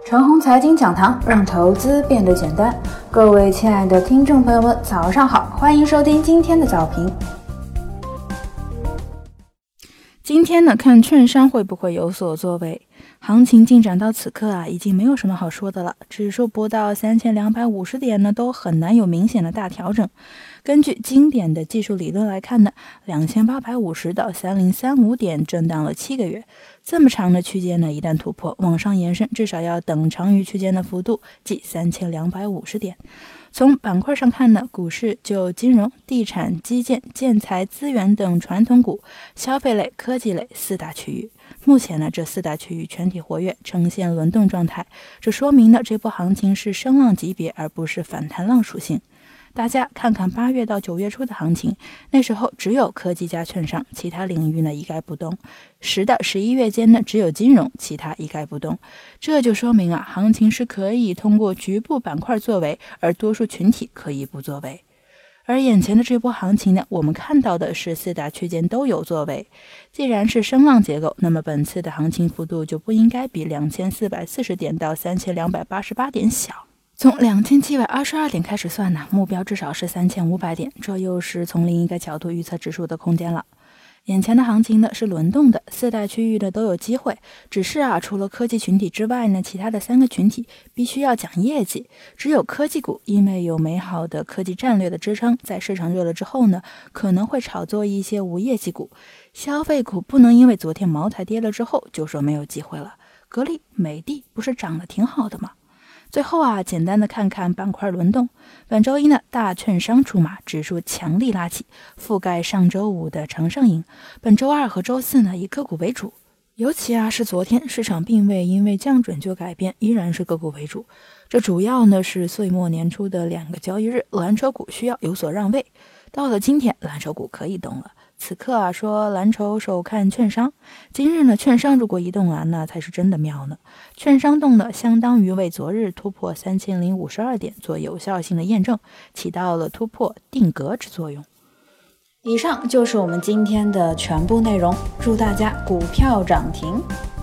陈红财经讲堂，让投资变得简单。各位亲爱的听众朋友们，早上好，欢迎收听今天的早评。今天呢，看券商会不会有所作为。行情进展到此刻已经没有什么好说的了。指数不到3250点呢，都很难有明显的大调整。根据经典的技术理论来看呢，2850到3035点震荡了7个月，这么长的区间呢，一旦突破往上延伸，至少要等长于区间的幅度，即3250点。从板块上看呢，股市就金融、地产、基建、建材、资源等传统股、消费类、科技类4大区域。目前呢，这4大区域全体活跃，呈现轮动状态。这说明呢，这波行情是升浪级别，而不是反弹浪属性。大家看看8月到9月初的行情，那时候只有科技加券商，其他领域呢一概不动。10到11月间呢，只有金融，其他一概不动。这就说明行情是可以通过局部板块作为，而多数群体可以不作为。而眼前的这波行情呢，我们看到的是4大区间都有作为。既然是升浪结构，那么本次的行情幅度就不应该比2440点到3288点小。从2722点开始算呢，目标至少是3500点，这又是从另一个角度预测指数的空间了。眼前的行情呢是轮动的，4大区域的都有机会，只是除了科技群体之外呢，其他的3个群体必须要讲业绩。只有科技股因为有美好的科技战略的支撑，在市场热了之后呢，可能会炒作一些无业绩股。消费股不能因为昨天茅台跌了之后就说没有机会了。格力、美的不是涨得挺好的吗？最后简单的看看板块轮动。本周一呢，大券商出马，指数强力拉起，覆盖上周五的长上影。本周二和周四呢，以个股为主。尤其是昨天市场并未因为降准就改变，依然是个股为主。这主要呢是岁末年初的2个交易日，蓝筹股需要有所让位。到了今天，蓝筹股可以动了。此刻说蓝筹首看券商，今日呢券商如果一动那才是真的妙呢。券商动呢，相当于为昨日突破3052点做有效性的验证，起到了突破定格之作用。以上就是我们今天的全部内容，祝大家股票涨停。